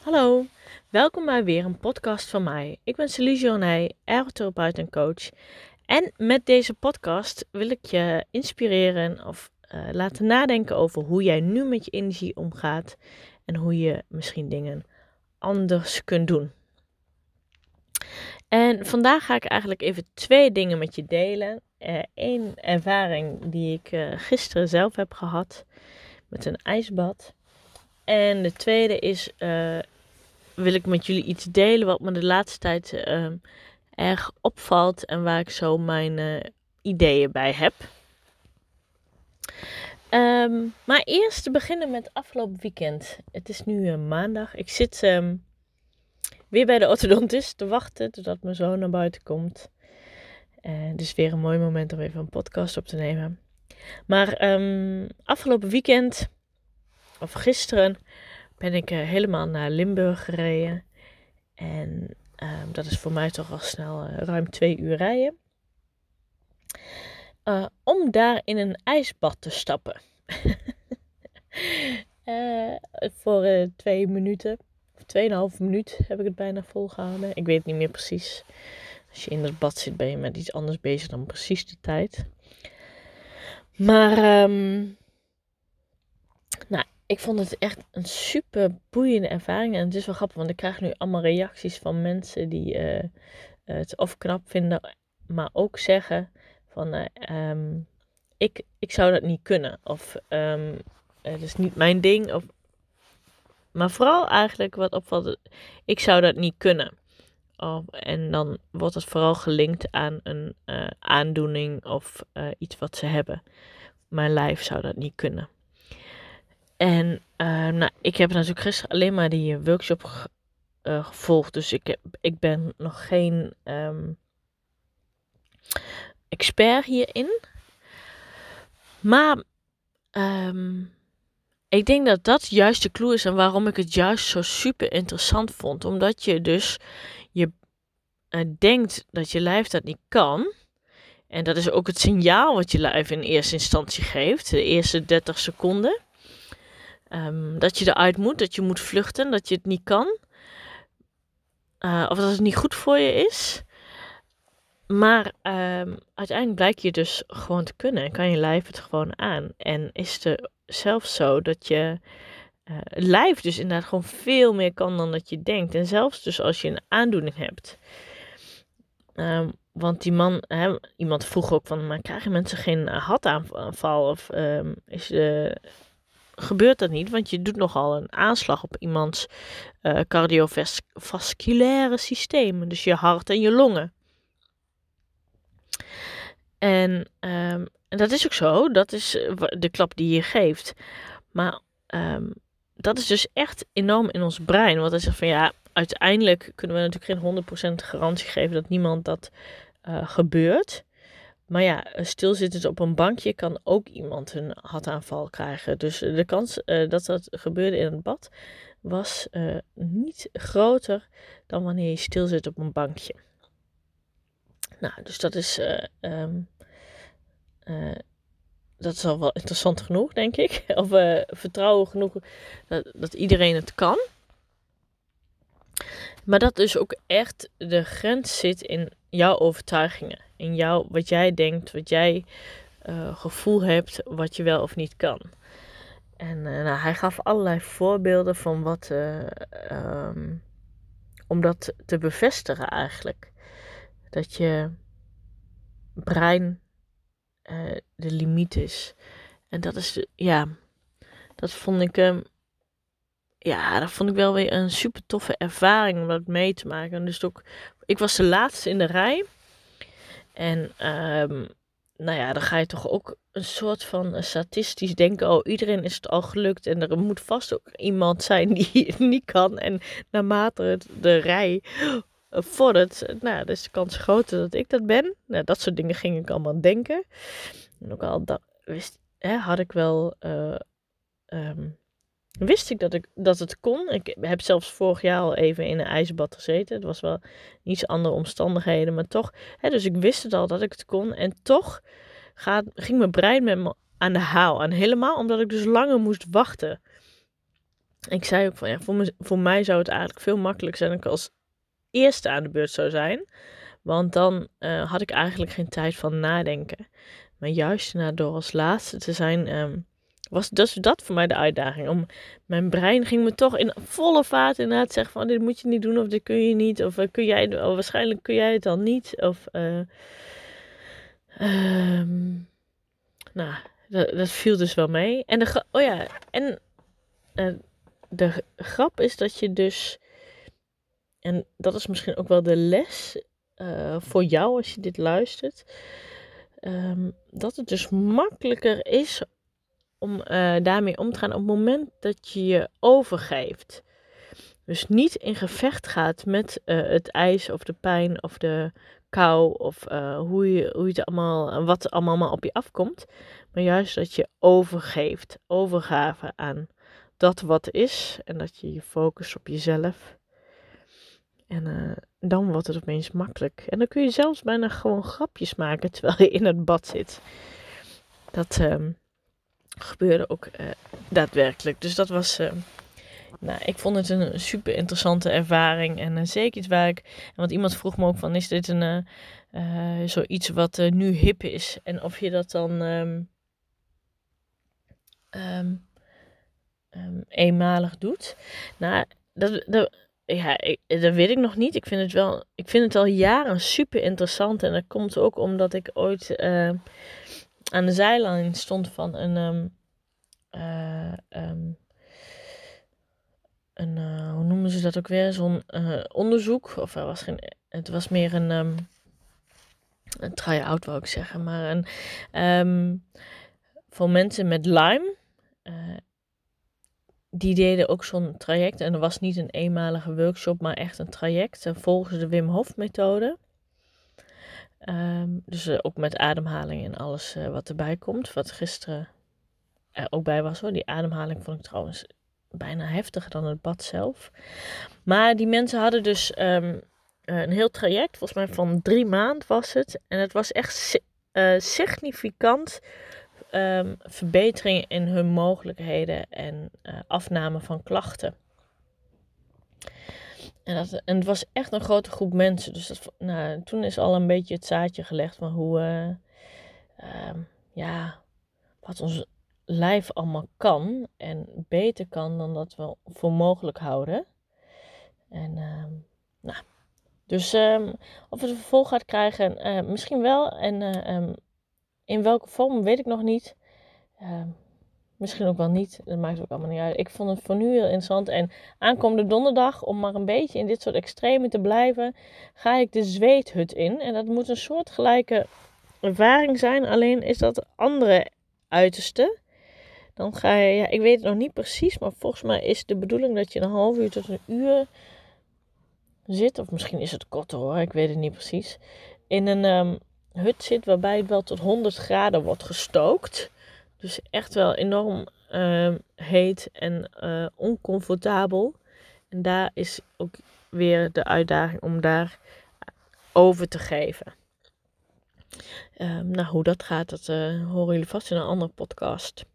Hallo, welkom bij weer een podcast van mij. Ik ben Celine Journay, ergotherapeut en coach. En met deze podcast wil ik je inspireren of laten nadenken over hoe jij nu met je energie omgaat en hoe je misschien dingen anders kunt doen. En vandaag ga ik eigenlijk even 2 dingen met je delen. Eén ervaring die ik gisteren zelf heb gehad met een ijsbad. En de tweede is, wil ik met jullie iets delen wat me de laatste tijd erg opvalt en waar ik zo mijn ideeën bij heb. Maar eerst te beginnen met afgelopen weekend. Het is nu maandag. Ik zit weer bij de orthodontist te wachten totdat mijn zoon naar buiten komt. Dus weer een mooi moment om even een podcast op te nemen. Maar afgelopen weekend, of gisteren, ben ik helemaal naar Limburg gereden. En dat is voor mij toch al snel ruim 2 uur rijden. Om daar in een ijsbad te stappen. Voor 2 minuten, of 2,5 minuut heb ik het bijna volgehouden. Ik weet het niet meer precies. Als je in het bad zit ben je met iets anders bezig dan precies de tijd. Maar ik vond het echt een super boeiende ervaring. En het is wel grappig, want ik krijg nu allemaal reacties van mensen die het of knap vinden, maar ook zeggen van ik zou dat niet kunnen. Of het is niet mijn ding. Maar vooral eigenlijk wat opvalt, ik zou dat niet kunnen. En dan wordt het vooral gelinkt aan een aandoening of iets wat ze hebben. Mijn lijf zou dat niet kunnen. En ik heb natuurlijk gisteren alleen maar die workshop gevolgd. Dus ik ben nog geen expert hierin. Maar ik denk dat dat juist de clue is en waarom ik het juist zo super interessant vond. Omdat je dus denkt dat je lijf dat niet kan. En dat is ook het signaal wat je lijf in eerste instantie geeft. De eerste 30 seconden. Dat je eruit moet, dat je moet vluchten, dat je het niet kan. Of dat het niet goed voor je is. Maar uiteindelijk blijkt je dus gewoon te kunnen. En kan je lijf het gewoon aan. En is het zelfs zo dat je lijf dus inderdaad gewoon veel meer kan dan dat je denkt. En zelfs dus als je een aandoening hebt. Want die man, iemand vroeg ook van, maar krijgen mensen geen hartaanval? Of gebeurt dat niet? Want je doet nogal een aanslag op iemands cardiovasculaire systeem. Dus je hart en je longen. En dat is ook zo. Dat is de klap die je geeft. Maar dat is dus echt enorm in ons brein. Want hij zegt van ja, uiteindelijk kunnen we natuurlijk geen 100% garantie geven dat niemand dat gebeurt. Maar ja, stilzittend op een bankje kan ook iemand een hartaanval krijgen. Dus de kans dat dat gebeurde in het bad was niet groter dan wanneer je stilzit op een bankje. Nou, dus dat is al wel interessant genoeg, denk ik. Of vertrouwen genoeg dat iedereen het kan. Maar dat dus ook echt de grens zit in jouw overtuigingen. In wat jij denkt, wat jij gevoel hebt, wat je wel of niet kan. En hij gaf allerlei voorbeelden van om dat te bevestigen eigenlijk. Dat je brein de limiet is. En dat is, dat vond ik wel weer een super toffe ervaring om dat mee te maken. En dus ik was de laatste in de rij. En dan ga je toch ook een soort van statistisch denken, oh, iedereen is het al gelukt. En er moet vast ook iemand zijn die het niet kan. En naarmate de rij vordert, dus de kans groter dat ik dat ben. Nou, dat soort dingen ging ik allemaal denken. En ook al had ik wel... wist ik dat het kon. Ik heb zelfs vorig jaar al even in een ijsbad gezeten. Het was wel iets andere omstandigheden, maar toch. Dus ik wist het al dat ik het kon. En toch ging mijn brein met me aan de haal. En helemaal omdat ik dus langer moest wachten. ik zei ook van ja, voor mij zou het eigenlijk veel makkelijker zijn als ik als eerste aan de beurt zou zijn. Want dan had ik eigenlijk geen tijd van nadenken. Maar juist door als laatste te zijn, was dus dat voor mij de uitdaging. Mijn brein ging me toch in volle vaart inderdaad zeggen van dit moet je niet doen of dit kun je niet. Of waarschijnlijk kun jij het dan niet. Of nou, dat viel dus wel mee. En de grap is dat je dus, en dat is misschien ook wel de les voor jou als je dit luistert, dat het dus makkelijker is om daarmee om te gaan op het moment dat je je overgeeft. Dus niet in gevecht gaat met het ijs of de pijn of de kou of hoe je het allemaal, wat er allemaal maar op je afkomt. Maar juist dat je overgeeft, overgave aan dat wat is en dat je je focust op jezelf. En dan wordt het opeens makkelijk. En dan kun je zelfs bijna gewoon grapjes maken terwijl je in het bad zit. Dat gebeurde ook daadwerkelijk. Dus dat was, ik vond het een super interessante ervaring. En zeker iets waar want iemand vroeg me ook van, is dit zoiets wat nu hip is? En of je dat dan eenmalig doet. Nou, dat weet ik nog niet. Ik vind het al jaren super interessant. En dat komt ook omdat ik ooit aan de zijlijn stond van een hoe noemen ze dat ook weer? Zo'n onderzoek. Of het was meer een try-out, wou ik zeggen. Maar voor mensen met Lyme. Die deden ook zo'n traject. En dat was niet een eenmalige workshop, maar echt een traject. Volgens de Wim Hof methode. Dus ook met ademhaling en alles wat erbij komt. Wat gisteren er ook bij was hoor. Die ademhaling vond ik trouwens bijna heftiger dan het bad zelf. Maar die mensen hadden dus een heel traject. Volgens mij van 3 maanden was het. En het was echt significant verbetering in hun mogelijkheden en afname van klachten. En het was echt een grote groep mensen. Dus toen is al een beetje het zaadje gelegd van hoe, wat ons lijf allemaal kan. En beter kan dan dat we voor mogelijk houden. En dus of het een vervolg gaat krijgen, misschien wel. En in welke vorm weet ik nog niet. Misschien ook wel niet. Dat maakt ook allemaal niet uit. Ik vond het voor nu heel interessant. En aankomende donderdag, om maar een beetje in dit soort extremen te blijven, ga ik de zweethut in. En dat moet een soortgelijke ervaring zijn. Alleen is dat andere uiterste. Dan ga je, ik weet het nog niet precies, maar volgens mij is de bedoeling dat je een half uur tot een uur zit. Of misschien is het korter hoor, ik weet het niet precies. In een hut zit waarbij het wel tot 100 graden wordt gestookt. Dus echt wel enorm heet en oncomfortabel. En daar is ook weer de uitdaging om daar over te geven. Hoe dat gaat, dat horen jullie vast in een andere podcast.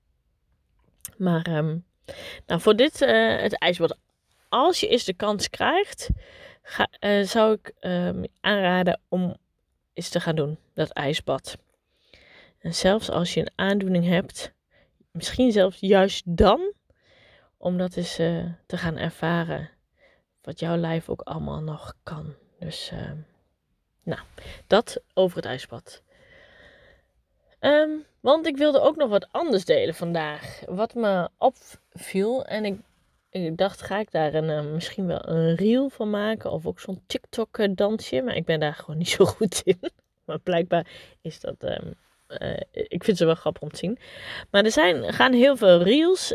Maar voor dit, het ijsbad. Als je eens de kans krijgt, zou ik aanraden om eens te gaan doen, dat ijsbad. En zelfs als je een aandoening hebt, misschien zelfs juist dan, om dat eens te gaan ervaren, wat jouw lijf ook allemaal nog kan. Dus, dat over het ijsbad. Want ik wilde ook nog wat anders delen vandaag, wat me opviel. En ik dacht, ga ik daar misschien wel een reel van maken, of ook zo'n TikTok dansje, maar ik ben daar gewoon niet zo goed in. Maar blijkbaar is dat... ik vind ze wel grappig om te zien. Maar gaan heel veel reels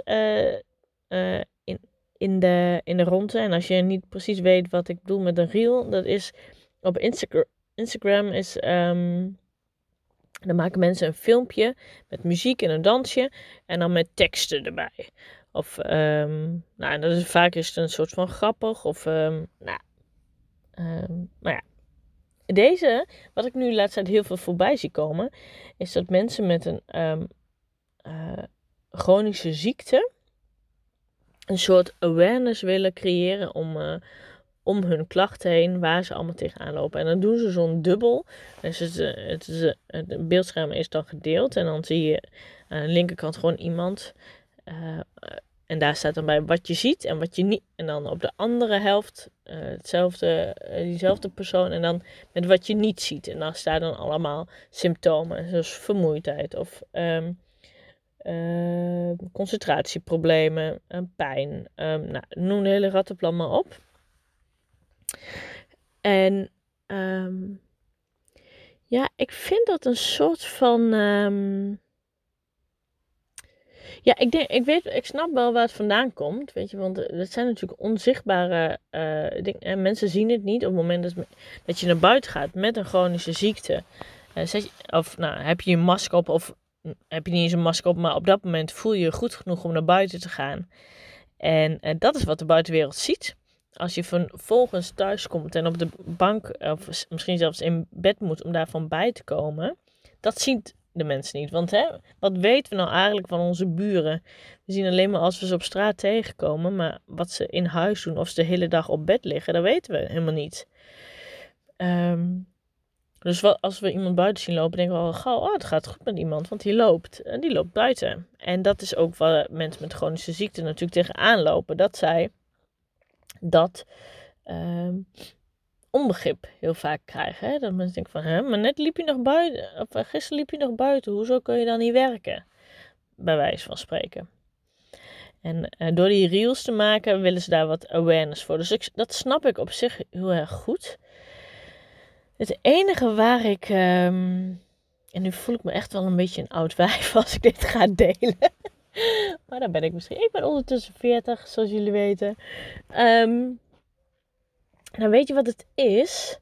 in de ronde. En als je niet precies weet wat ik bedoel met een reel, dat is op Instagram is... dan maken mensen een filmpje met muziek en een dansje en dan met teksten erbij. Of, dat is vaak een soort van grappig. Of, maar ja. Deze, wat ik nu de laatste tijd heel veel voorbij zie komen, is dat mensen met een chronische ziekte, een soort awareness willen creëren om hun klachten heen, waar ze allemaal tegenaan lopen. En dan doen ze zo'n dubbel. Dus het beeldscherm is dan gedeeld. En dan zie je aan de linkerkant gewoon iemand. En daar staat dan bij wat je ziet en wat je niet. En dan op de andere helft diezelfde persoon. En dan met wat je niet ziet. En dan staan dan allemaal symptomen. Zoals vermoeidheid of concentratieproblemen, pijn. Nou, noem de hele rattenplan maar op. En ja, ik vind dat een soort van... ja, ik snap wel waar het vandaan komt, weet je, want het zijn natuurlijk onzichtbare dingen. En mensen zien het niet op het moment dat je naar buiten gaat met een chronische ziekte. Of nou, heb je een masker op of heb je niet eens een masker op, maar op dat moment voel je je goed genoeg om naar buiten te gaan. En dat is wat de buitenwereld ziet. Als je vervolgens thuis komt en op de bank of misschien zelfs in bed moet om daarvan bij te komen, dat ziet de mensen niet. Want wat weten we nou eigenlijk van onze buren? We zien alleen maar als we ze op straat tegenkomen, maar wat ze in huis doen of ze de hele dag op bed liggen, dat weten we helemaal niet. Dus als we iemand buiten zien lopen, denken we al gauw, het gaat goed met iemand, want die loopt buiten. En dat is ook waar mensen met chronische ziekte natuurlijk tegenaan lopen. Dat zij dat onbegrip heel vaak krijgen. Hè? Dat mensen denken van, maar net liep je nog buiten, of gisteren liep je nog buiten, hoezo kun je dan niet werken? Bij wijze van spreken. En door die reels te maken, willen ze daar wat awareness voor. Dus dat snap ik op zich heel erg goed. Het enige waar ik... en nu voel ik me echt wel een beetje een oud wijf als ik dit ga delen. Maar dan ben ik misschien... Ik ben ondertussen 40, zoals jullie weten. Nou, weet je wat het is?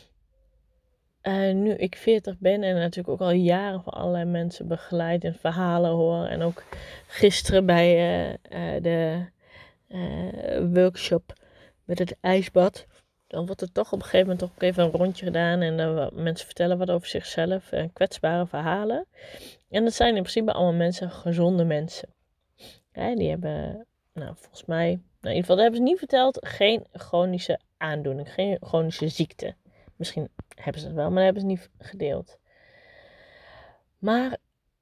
Nu ik 40 ben en natuurlijk ook al jaren van allerlei mensen begeleid en verhalen hoor. En ook gisteren bij de workshop met het ijsbad. Dan wordt er toch op een gegeven moment toch even een rondje gedaan. En mensen vertellen wat over zichzelf. Kwetsbare verhalen. En dat zijn in principe allemaal mensen, gezonde mensen. Die hebben, nou volgens mij, in ieder geval, dat hebben ze niet verteld. Geen chronische aandoening. Geen chronische ziekte. Misschien hebben ze het wel, maar dat hebben ze niet gedeeld. Maar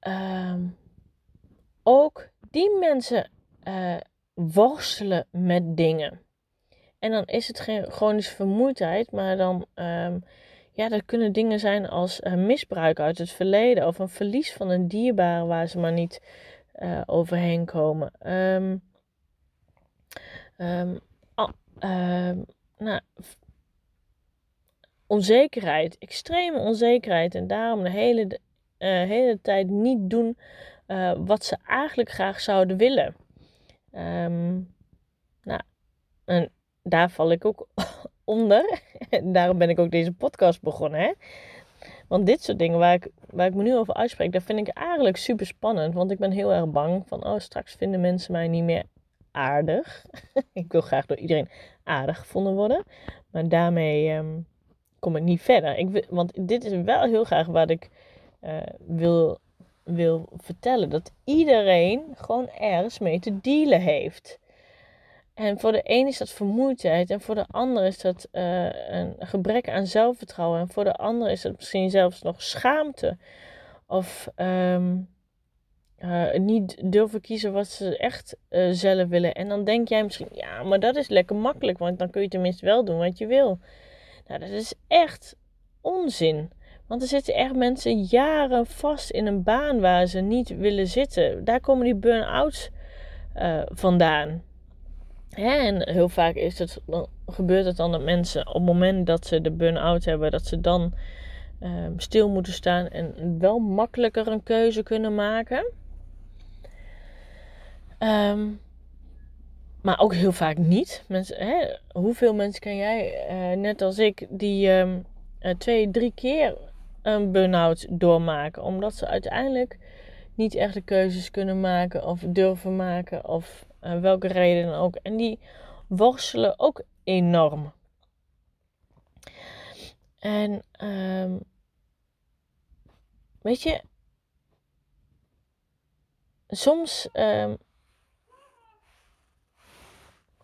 ook die mensen worstelen met dingen. En dan is het geen chronische vermoeidheid, maar dan, dat kunnen dingen zijn als misbruik uit het verleden of een verlies van een dierbare waar ze maar niet overheen komen. Onzekerheid, extreme onzekerheid en daarom de hele tijd niet doen wat ze eigenlijk graag zouden willen. En daar val ik ook onder. En daarom ben ik ook deze podcast begonnen. Hè? Want dit soort dingen waar ik me nu over uitspreek, dat vind ik eigenlijk super spannend. Want ik ben heel erg bang van, straks vinden mensen mij niet meer aardig. Ik wil graag door iedereen aardig gevonden worden. Maar daarmee kom ik niet verder. Want dit is wel heel graag wat ik wil vertellen. Dat iedereen gewoon ergens mee te dealen heeft. En voor de een is dat vermoeidheid. En voor de ander is dat een gebrek aan zelfvertrouwen. En voor de ander is dat misschien zelfs nog schaamte. Of niet durven kiezen wat ze echt zelf willen. En dan denk jij misschien, ja, maar dat is lekker makkelijk. Want dan kun je tenminste wel doen wat je wil. Nou, dat is echt onzin. Want er zitten echt mensen jaren vast in een baan waar ze niet willen zitten. Daar komen die burn-outs vandaan. En heel vaak gebeurt het dan dat mensen op het moment dat ze de burn-out hebben, dat ze dan stil moeten staan en wel makkelijker een keuze kunnen maken. Maar ook heel vaak niet. Hoeveel mensen ken jij, net als ik, die 2-3 keer een burn-out doormaken. Omdat ze uiteindelijk niet echt de keuzes kunnen maken of durven maken of welke reden dan ook. En die worstelen ook enorm. En weet je, soms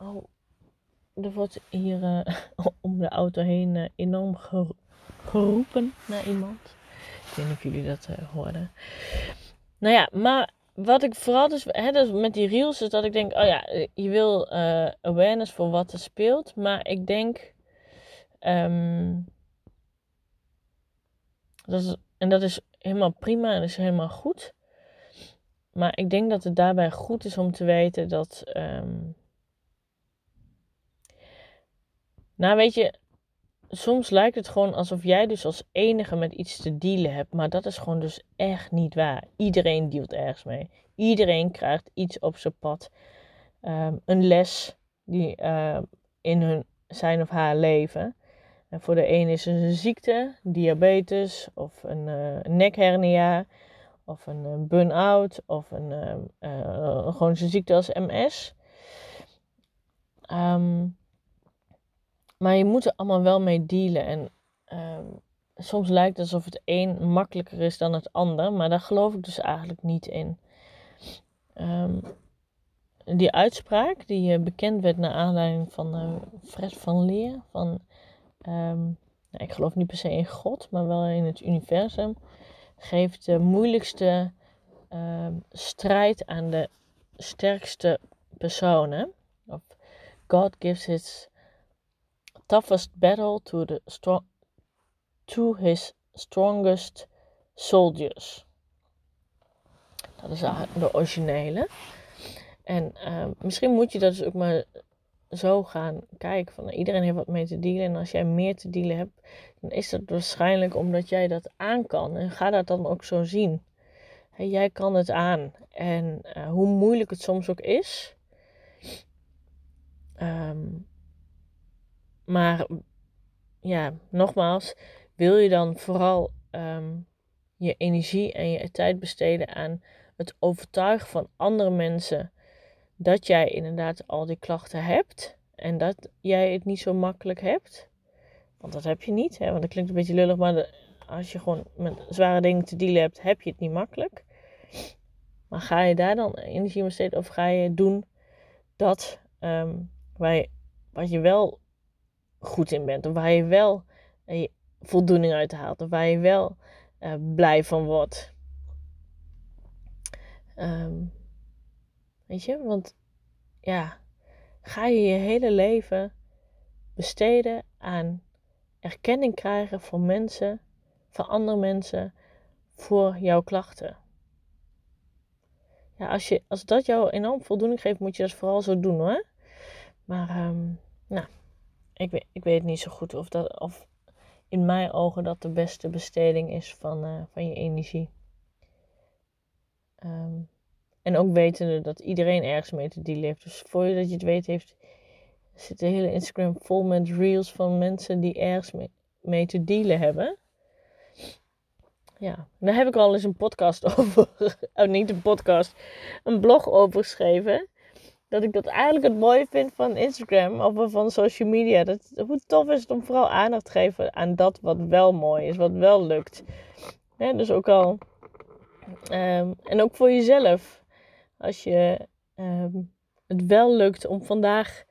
Oh, er wordt hier om de auto heen enorm geroepen naar iemand. Ik weet niet of jullie dat hoorden. Nou ja, maar wat ik vooral dus met die reels is dat ik denk, oh ja, je wil awareness voor wat er speelt. Maar ik denk, dat is helemaal prima en dat is helemaal goed. Maar ik denk dat het daarbij goed is om te weten dat, nou weet je, soms lijkt het gewoon alsof jij dus als enige met iets te dealen hebt. Maar dat is gewoon dus echt niet waar. Iedereen dealt ergens mee. Iedereen krijgt iets op zijn pad. Een les die in zijn of haar leven. En voor de een is het een ziekte, diabetes of een nekhernia. Of een burn-out of gewoon zo'n ziekte als MS. Maar je moet er allemaal wel mee dealen. En soms lijkt het alsof het een makkelijker is dan het ander. Maar daar geloof ik dus eigenlijk niet in. Die uitspraak die bekend werd naar aanleiding van Fred van Leer. Ik geloof niet per se in God, maar wel in het universum. Geeft de moeilijkste strijd aan de sterkste personen. Of God gives his toughest battle to his strongest soldiers. Dat is de originele. En misschien moet je dat dus ook maar zo gaan kijken. Van, iedereen heeft wat mee te dealen. En als jij meer te dealen hebt, dan is dat waarschijnlijk omdat jij dat aan kan. En ga dat dan ook zo zien. Jij kan het aan. En hoe moeilijk het soms ook is. Maar ja, nogmaals, wil je dan vooral je energie en je tijd besteden aan het overtuigen van andere mensen dat jij inderdaad al die klachten hebt en dat jij het niet zo makkelijk hebt. Want dat heb je niet, want dat klinkt een beetje lullig, maar als je gewoon met zware dingen te dealen hebt, heb je het niet makkelijk. Maar ga je daar dan energie in besteden of ga je doen dat wat je wel goed in bent, of waar je wel voldoening uit haalt, of waar je wel blij van wordt. Weet je, want ja, ga je je hele leven besteden aan erkenning krijgen van mensen, van andere mensen, voor jouw klachten. Ja, als dat jou enorm voldoening geeft, moet je dat vooral zo doen hoor. Maar ik weet niet zo goed of in mijn ogen dat de beste besteding is van je energie. En ook wetende dat iedereen ergens mee te dealen heeft. Dus voordat je het weet zit de hele Instagram vol met reels van mensen die ergens mee te dealen hebben. Ja, daar heb ik al eens een podcast over. Niet een podcast. Een blog over geschreven. Dat ik dat eigenlijk het mooie vind van Instagram. Of van social media. Hoe tof is het om vooral aandacht te geven aan dat wat wel mooi is. Wat wel lukt. Dus ook al. En ook voor jezelf. Als je het wel lukt om vandaag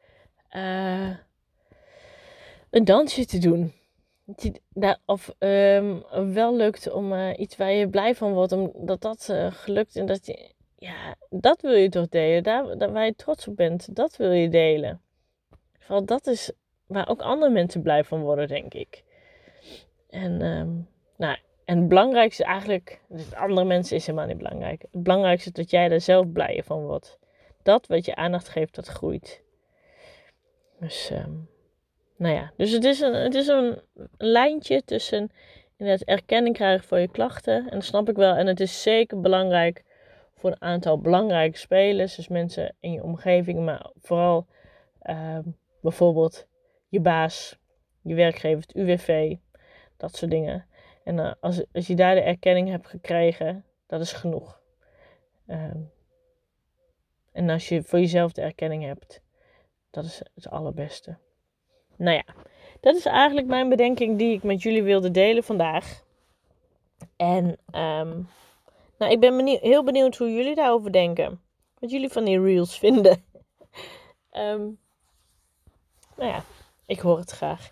een dansje te doen. Of wel lukt om iets waar je blij van wordt, omdat dat gelukt en dat je, ja, dat wil je toch delen, daar waar je trots op bent, dat wil je delen. Vooral dat is waar ook andere mensen blij van worden, denk ik. En het belangrijkste eigenlijk, dus andere mensen is helemaal niet belangrijk. Het belangrijkste is dat jij er zelf blij van wordt. Dat wat je aandacht geeft, dat groeit. Dus dus het is een lijntje tussen inderdaad erkenning krijgen voor je klachten. En dat snap ik wel. En het is zeker belangrijk voor een aantal belangrijke spelers. Dus mensen in je omgeving. Maar vooral bijvoorbeeld je baas, je werkgever, het UWV. Dat soort dingen. En als je daar de erkenning hebt gekregen, dat is genoeg. En als je voor jezelf de erkenning hebt, dat is het allerbeste. Nou ja, dat is eigenlijk mijn bedenking die ik met jullie wilde delen vandaag. En ik ben heel benieuwd hoe jullie daarover denken. Wat jullie van die reels vinden. nou ja, ik hoor het graag.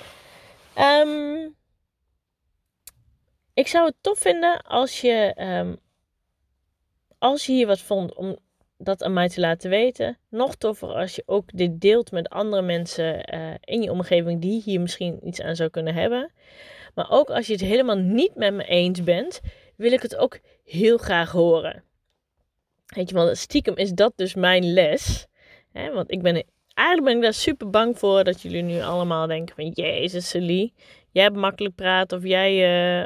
Ik zou het tof vinden als je hier wat vond om dat aan mij te laten weten. Nog toffer als je ook dit deelt met andere mensen in je omgeving die hier misschien iets aan zou kunnen hebben. Maar ook als je het helemaal niet met me eens bent, wil ik het ook heel graag horen. Weet je wel, stiekem is dat dus mijn les. Hè? Want eigenlijk ben ik daar super bang voor dat jullie nu allemaal denken van Jezus Celie, jij hebt makkelijk praten of jij,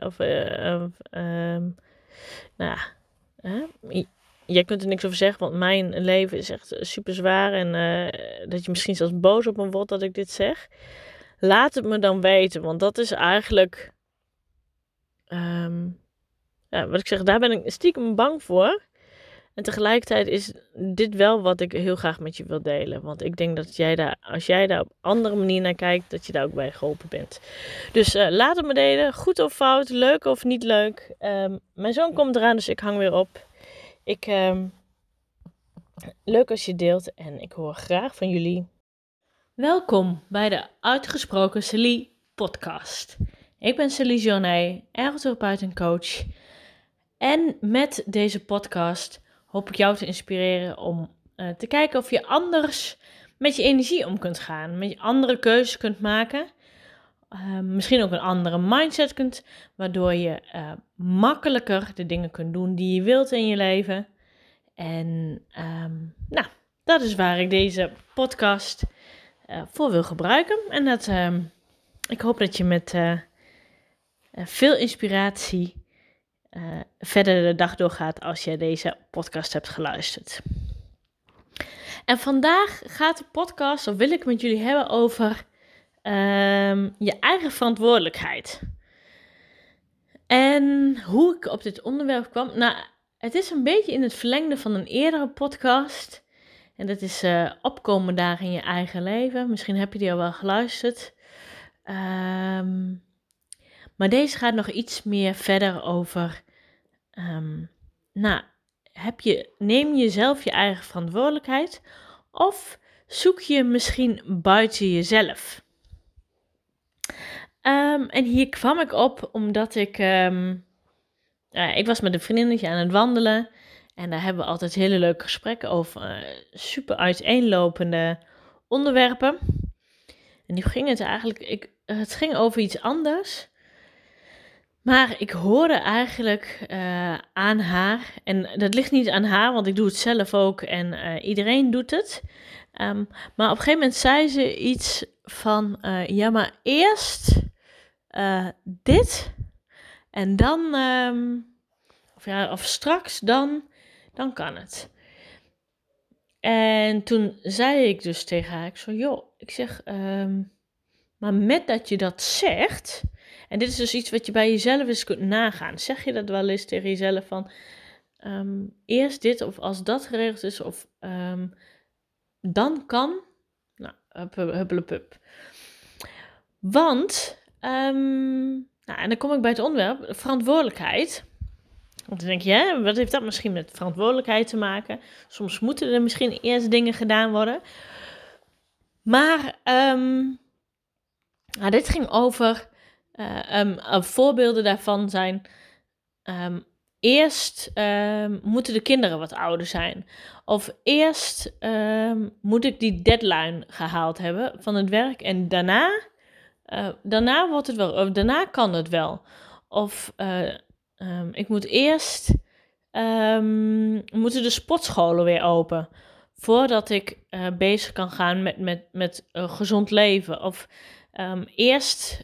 nou ja, jij kunt er niks over zeggen, want mijn leven is echt super zwaar en dat je misschien zelfs boos op me wordt dat ik dit zeg. Laat het me dan weten, want dat is eigenlijk, wat ik zeg, daar ben ik stiekem bang voor. En tegelijkertijd is dit wel wat ik heel graag met je wil delen. Want ik denk dat als jij daar op andere manier naar kijkt, dat je daar ook bij geholpen bent. Dus laat het me delen. Goed of fout, leuk of niet leuk. Mijn zoon komt eraan, dus ik hang weer op. Leuk als je deelt en ik hoor graag van jullie. Welkom bij de Uitgesproken Celie podcast. Ik ben Celie Journay, ergotherapeut en coach. En met deze podcast hoop ik jou te inspireren om te kijken of je anders met je energie om kunt gaan. Met je andere keuzes kunt maken. Misschien ook een andere mindset kunt. Waardoor je makkelijker de dingen kunt doen die je wilt in je leven. En dat is waar ik deze podcast voor wil gebruiken. En ik hoop dat je met veel inspiratie verder de dag doorgaat als je deze podcast hebt geluisterd. En vandaag gaat de podcast, of wil ik met jullie hebben over je eigen verantwoordelijkheid. En hoe ik op dit onderwerp kwam. Nou, het is een beetje in het verlengde van een eerdere podcast. En dat is opkomen dagen in je eigen leven. Misschien heb je die al wel geluisterd. Maar deze gaat nog iets meer verder over. Neem je zelf je eigen verantwoordelijkheid? Of zoek je misschien buiten jezelf? En hier kwam ik op omdat ik was met een vriendinnetje aan het wandelen. En daar hebben we altijd hele leuke gesprekken over super uiteenlopende onderwerpen. En nu ging het eigenlijk, het ging over iets anders. Maar ik hoorde eigenlijk aan haar, en dat ligt niet aan haar, want ik doe het zelf ook en iedereen doet het. Maar op een gegeven moment zei ze iets van, maar eerst dit en dan, of straks dan kan het. En toen zei ik dus tegen haar, ik zeg, maar met dat je dat zegt. En dit is dus iets wat je bij jezelf eens kunt nagaan. Zeg je dat wel eens tegen jezelf van, eerst dit of als dat geregeld is of dan kan. Nou, huppelepup. Want, en dan kom ik bij het onderwerp, verantwoordelijkheid. Want dan denk je, wat heeft dat misschien met verantwoordelijkheid te maken? Soms moeten er misschien eerst dingen gedaan worden. Maar, dit ging over... voorbeelden daarvan zijn, eerst moeten de kinderen wat ouder zijn. Of eerst moet ik die deadline gehaald hebben van het werk en daarna wordt het wel, of daarna kan het wel. Of ik moet eerst, moeten de sportscholen weer open voordat ik bezig kan gaan met gezond leven. Of eerst...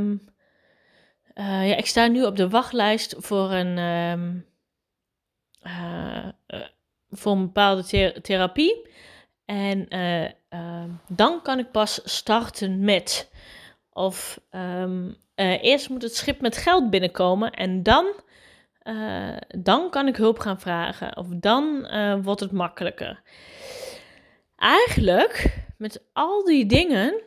ik sta nu op de wachtlijst voor een bepaalde therapie. En dan kan ik pas starten met. Of eerst moet het schip met geld binnenkomen. En dan kan ik hulp gaan vragen. Of dan wordt het makkelijker. Eigenlijk, met al die dingen...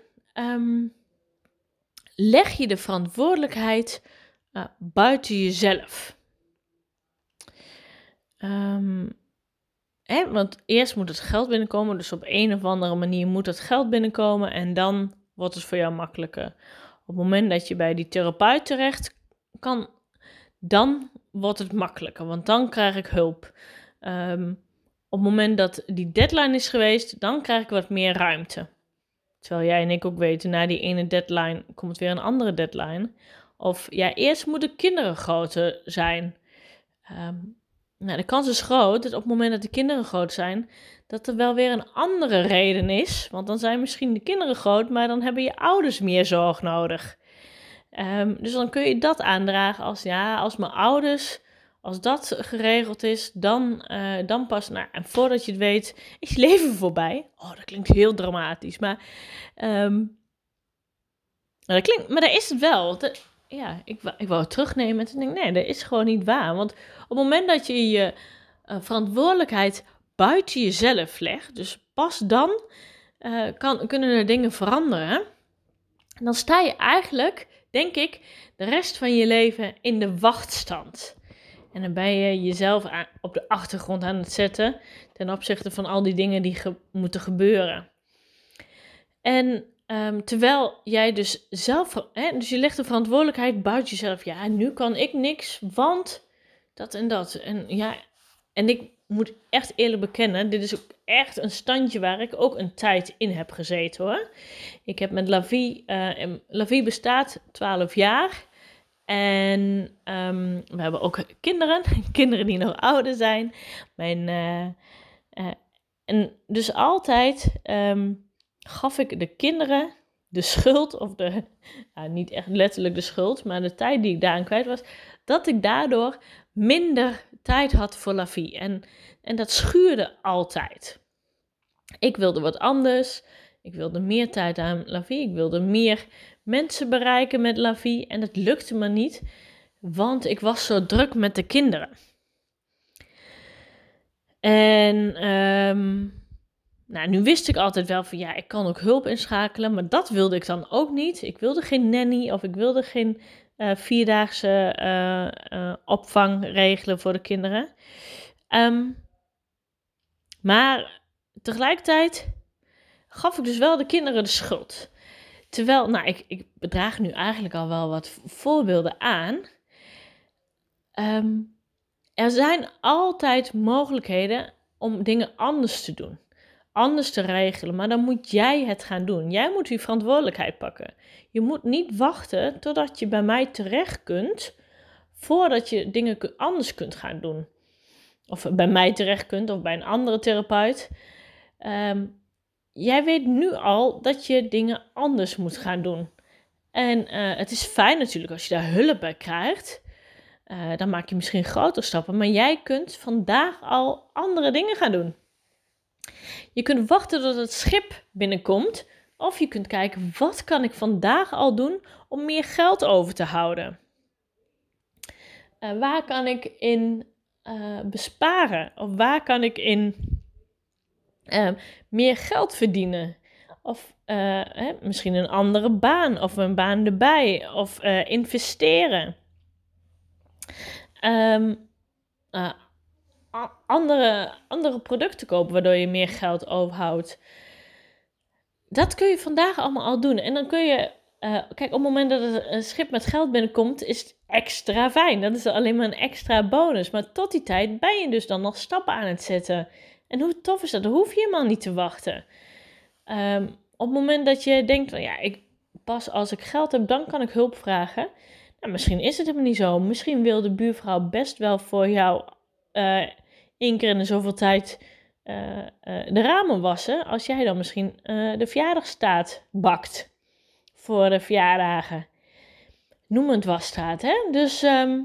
leg je de verantwoordelijkheid buiten jezelf. Want eerst moet het geld binnenkomen, dus op een of andere manier moet het geld binnenkomen en dan wordt het voor jou makkelijker. Op het moment dat je bij die therapeut terecht kan, dan wordt het makkelijker, want dan krijg ik hulp. Op het moment dat die deadline is geweest, dan krijg ik wat meer ruimte. Terwijl jij en ik ook weten, na die ene deadline komt weer een andere deadline. Of ja, eerst moeten kinderen groter zijn. De kans is groot dat op het moment dat de kinderen groot zijn, dat er wel weer een andere reden is. Want dan zijn misschien de kinderen groot, maar dan hebben je ouders meer zorg nodig. Dus dan kun je dat aandragen als mijn ouders, als dat geregeld is, dan pas. Nou, en voordat je het weet, is je leven voorbij. Oh, dat klinkt heel dramatisch, maar maar dat is het wel. Ik wou het terugnemen en toen denk ik, nee, dat is gewoon niet waar. Want op het moment dat je je verantwoordelijkheid buiten jezelf legt, dus pas dan kunnen er dingen veranderen. En dan sta je eigenlijk, denk ik, de rest van je leven in de wachtstand. En dan ben je jezelf op de achtergrond aan het zetten ten opzichte van al die dingen die moeten gebeuren. En terwijl jij dus zelf, dus je legt de verantwoordelijkheid buiten jezelf. Ja, nu kan ik niks, want dat en dat. En ik moet echt eerlijk bekennen, dit is ook echt een standje waar ik ook een tijd in heb gezeten hoor. Ik heb met Lavie bestaat 12 jaar. En we hebben ook kinderen die nog ouder zijn. En dus altijd gaf ik de kinderen de schuld, of niet echt letterlijk de schuld, maar de tijd die ik daaraan kwijt was, dat ik daardoor minder tijd had voor Lavie. En dat schuurde altijd. Ik wilde wat anders. Ik wilde meer tijd aan Lavie. Ik wilde meer mensen bereiken met Lavie. En dat lukte me niet, want ik was zo druk met de kinderen. En nu wist ik altijd wel van ja, ik kan ook hulp inschakelen, maar dat wilde ik dan ook niet. Ik wilde geen nanny of ik wilde geen 4-daagse opvang regelen voor de kinderen. Maar tegelijkertijd gaf ik dus wel de kinderen de schuld. Terwijl, ik bedraag nu eigenlijk al wel wat voorbeelden aan. Er zijn altijd mogelijkheden om dingen anders te doen. Anders te regelen, maar dan moet jij het gaan doen. Jij moet je verantwoordelijkheid pakken. Je moet niet wachten totdat je bij mij terecht kunt, voordat je dingen anders kunt gaan doen. Of bij mij terecht kunt, of bij een andere therapeut. Jij weet nu al dat je dingen anders moet gaan doen. En het is fijn natuurlijk als je daar hulp bij krijgt. Dan maak je misschien grotere stappen, maar jij kunt vandaag al andere dingen gaan doen. Je kunt wachten tot het schip binnenkomt, of je kunt kijken, wat kan ik vandaag al doen om meer geld over te houden? Waar kan ik in besparen? Of waar kan ik in meer geld verdienen? Of misschien een andere baan, of een baan erbij, of investeren. Andere producten kopen, waardoor je meer geld overhoudt. Dat kun je vandaag allemaal al doen. En dan kun je, kijk, op het moment dat er een schip met geld binnenkomt, is het extra fijn. Dat is alleen maar een extra bonus. Maar tot die tijd ben je dus dan nog stappen aan het zetten. En hoe tof is dat? Dan hoef je helemaal niet te wachten. Op het moment dat je denkt, van, ja, pas als ik geld heb, dan kan ik hulp vragen. Nou, misschien is het helemaal niet zo. Misschien wil de buurvrouw best wel voor jou 1 keer in de zoveel tijd de ramen wassen, als jij dan misschien de verjaardagstaart bakt voor de verjaardagen. Noem het wasstraat, hè? Dus,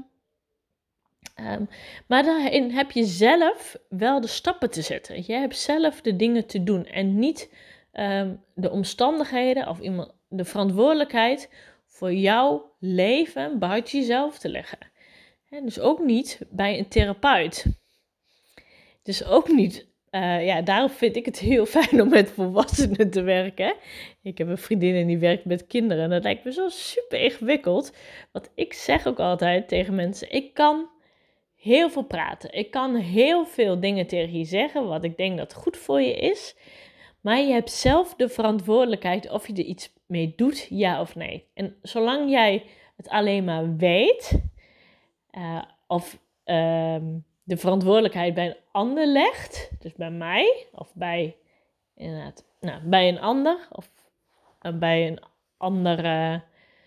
maar daarin heb je zelf wel de stappen te zetten. Je hebt zelf de dingen te doen en niet de omstandigheden of de verantwoordelijkheid voor jouw leven buiten jezelf te leggen. Hè? Dus ook niet bij een therapeut. Dus ook niet. Daarom vind ik het heel fijn om met volwassenen te werken. Ik heb een vriendin en die werkt met kinderen. En dat lijkt me zo super ingewikkeld. Want ik zeg ook altijd tegen mensen, ik kan heel veel praten. Ik kan heel veel dingen tegen je zeggen, wat ik denk dat goed voor je is. Maar je hebt zelf de verantwoordelijkheid of je er iets mee doet, ja of nee. En zolang jij het alleen maar weet, of de verantwoordelijkheid bij een ander legt, dus bij mij, of bij, inderdaad, bij een ander, of bij een andere,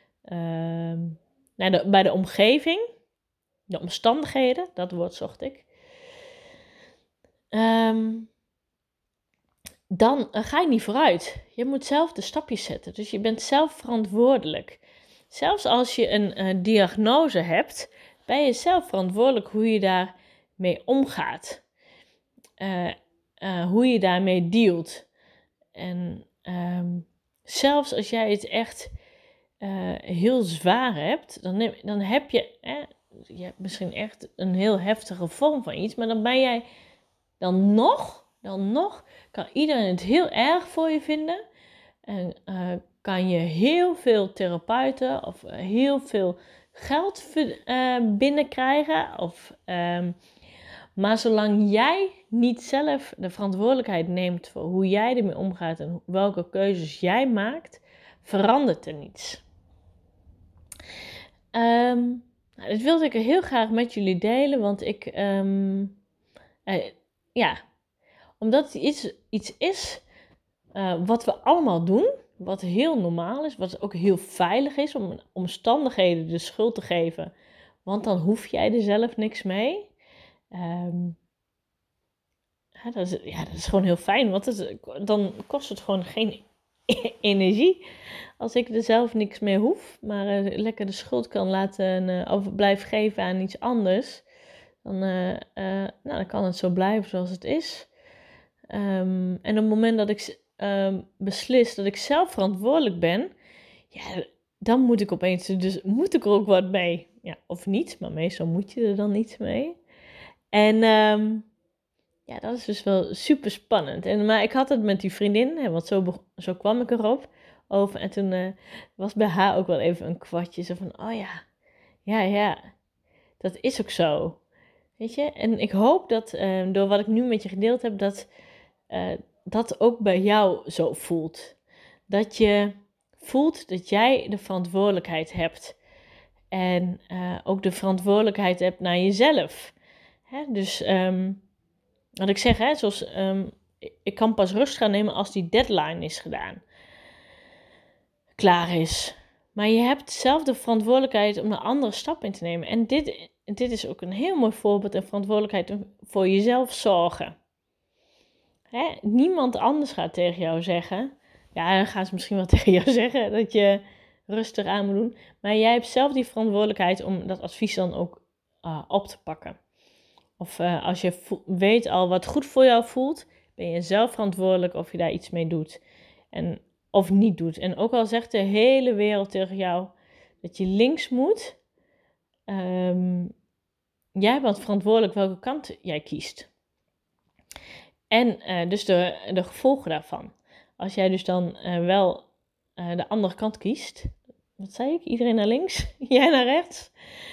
bij de omgeving, de omstandigheden, dat woord zocht ik. Dan ga je niet vooruit. Je moet zelf de stapjes zetten. Dus je bent zelf verantwoordelijk. Zelfs als je een diagnose hebt, ben je zelf verantwoordelijk hoe je daarmee omgaat. Hoe je daarmee dealt. En zelfs als jij het echt heel zwaar hebt, dan heb je, je hebt misschien echt een heel heftige vorm van iets, maar dan ben jij dan nog kan iedereen het heel erg voor je vinden. En kan je heel veel therapeuten of heel veel geld binnenkrijgen. Maar zolang jij niet zelf de verantwoordelijkheid neemt voor hoe jij ermee omgaat en welke keuzes jij maakt, verandert er niets. Dit wilde ik heel graag met jullie delen, want omdat het iets is wat we allemaal doen, wat heel normaal is, wat ook heel veilig is om omstandigheden de schuld te geven, want dan hoef jij er zelf niks mee. Dat is gewoon heel fijn, want dan kost het gewoon geen energie als ik er zelf niks mee hoef, maar lekker de schuld kan laten of blijf geven aan iets anders. Dan kan het zo blijven zoals het is. En op het moment dat ik beslis dat ik zelf verantwoordelijk ben, dan moet ik opeens, dus moet ik er ook wat mee. Ja, of niet, maar meestal moet je er dan niets mee. En dat is dus wel super spannend. Maar ik had het met die vriendin, want zo kwam ik erop over. En toen was bij haar ook wel even een kwartje. Zo van, oh ja, dat is ook zo. Weet je? En ik hoop dat door wat ik nu met je gedeeld heb, dat ook bij jou zo voelt. Dat je voelt dat jij de verantwoordelijkheid hebt. En ook de verantwoordelijkheid hebt naar jezelf. Dus wat ik zeg, zoals ik kan pas rust gaan nemen als die deadline is gedaan. Klaar is. Maar je hebt zelf de verantwoordelijkheid om een andere stap in te nemen. En dit is ook een heel mooi voorbeeld en verantwoordelijkheid om voor jezelf zorgen. Niemand anders gaat tegen jou zeggen. Ja, dan gaan ze misschien wel tegen jou zeggen dat je rustig aan moet doen. Maar jij hebt zelf die verantwoordelijkheid om dat advies dan ook op te pakken. Of als je weet al wat goed voor jou voelt, ben je zelf verantwoordelijk of je daar iets mee doet. Of niet doet. En ook al zegt de hele wereld tegen jou dat je links moet, jij bent verantwoordelijk welke kant jij kiest. En dus de gevolgen daarvan. Als jij dus dan wel de andere kant kiest, wat zei ik? Iedereen naar links, jij naar rechts.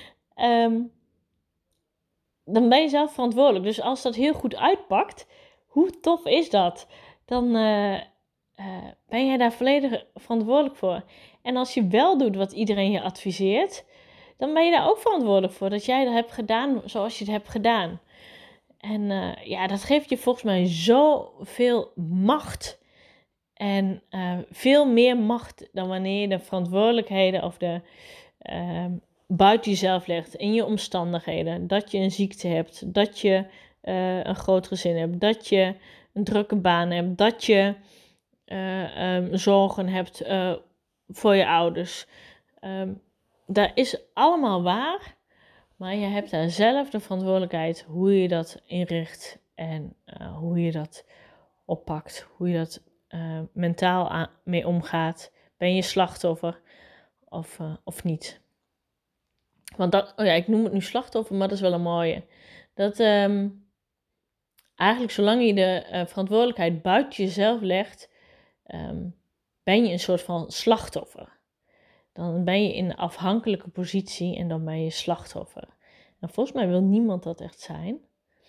Dan ben je zelf verantwoordelijk. Dus als dat heel goed uitpakt, hoe tof is dat? Dan ben jij daar volledig verantwoordelijk voor. En als je wel doet wat iedereen je adviseert, dan ben je daar ook verantwoordelijk voor. Dat jij dat hebt gedaan zoals je het hebt gedaan. En dat geeft je volgens mij zoveel macht. En veel meer macht dan wanneer je de verantwoordelijkheden of de buiten jezelf legt, in je omstandigheden. Dat je een ziekte hebt, dat je een groot gezin hebt, dat je een drukke baan hebt, dat je zorgen hebt voor je ouders. Dat is allemaal waar, maar je hebt daar zelf de verantwoordelijkheid hoe je dat inricht en hoe je dat oppakt, hoe je dat mentaal mee omgaat. Ben je slachtoffer of niet? Want ik noem het nu slachtoffer, maar dat is wel een mooie. Dat eigenlijk zolang je de verantwoordelijkheid buiten jezelf legt, ben je een soort van slachtoffer. Dan ben je in een afhankelijke positie en dan ben je slachtoffer. Nou, volgens mij wil niemand dat echt zijn.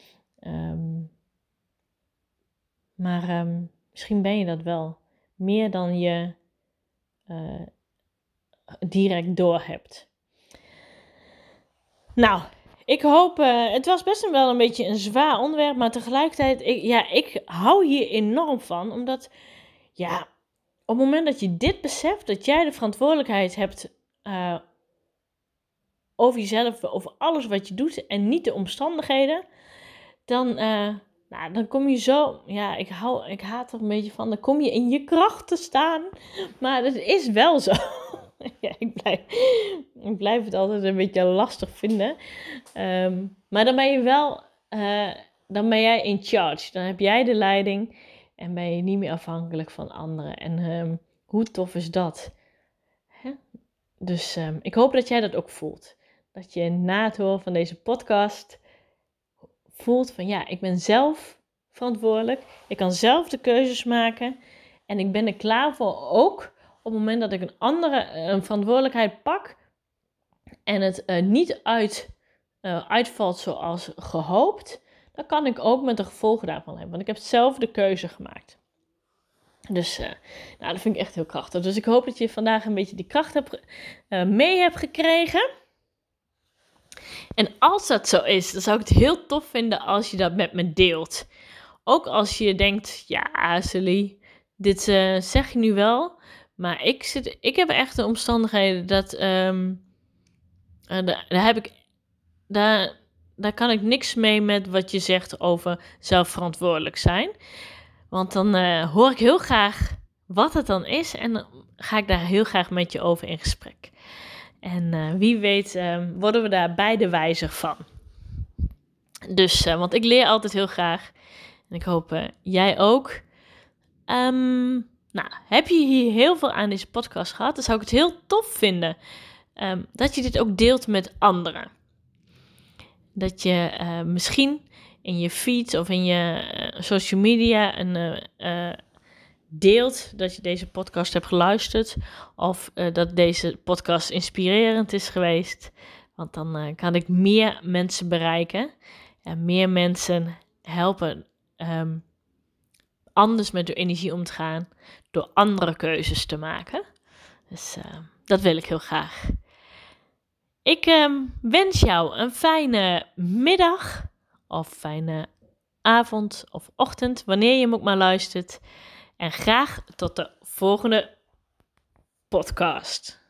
Maar misschien ben je dat wel. Meer dan je direct doorhebt. Nou, ik hoop... het was best wel een beetje een zwaar onderwerp. Maar tegelijkertijd... Ik hou hier enorm van. Omdat... Ja, op het moment dat je dit beseft... Dat jij de verantwoordelijkheid hebt... over jezelf, over alles wat je doet en niet de omstandigheden, dan kom je zo, ik haat er een beetje van, dan kom je in je kracht te staan, maar dat is wel zo. Ja, ik blijf het altijd een beetje lastig vinden, maar dan ben je wel, dan ben jij in charge, dan heb jij de leiding en ben je niet meer afhankelijk van anderen. En hoe tof is dat? Hè? Dus ik hoop dat jij dat ook voelt. Dat je na het horen van deze podcast voelt van ja, ik ben zelf verantwoordelijk. Ik kan zelf de keuzes maken. En ik ben er klaar voor ook op het moment dat ik een verantwoordelijkheid pak. En het niet uitvalt zoals gehoopt. Dan kan ik ook met de gevolgen daarvan hebben. Want ik heb zelf de keuze gemaakt. Dus dat vind ik echt heel krachtig. Dus ik hoop dat je vandaag een beetje die kracht mee hebt gekregen. En als dat zo is, dan zou ik het heel tof vinden als je dat met me deelt. Ook als je denkt, ja Sally, dit zeg je nu wel. Maar ik heb echt de omstandigheden dat... Daar kan ik niks mee met wat je zegt over zelfverantwoordelijk zijn. Want dan hoor ik heel graag wat het dan is. En dan ga ik daar heel graag met je over in gesprek. En wie weet worden we daar beide wijzer van. Dus, want ik leer altijd heel graag. En ik hoop jij ook. Heb je hier heel veel aan deze podcast gehad? Dan zou ik het heel tof vinden dat je dit ook deelt met anderen. Dat je misschien in je feed of in je social media deelt dat je deze podcast hebt geluisterd. Of dat deze podcast inspirerend is geweest. Want dan kan ik meer mensen bereiken. En meer mensen helpen anders met hun energie om te gaan. Door andere keuzes te maken. Dus dat wil ik heel graag. Ik wens jou een fijne middag. Of fijne avond of ochtend. Wanneer je hem ook maar luistert. En graag tot de volgende podcast.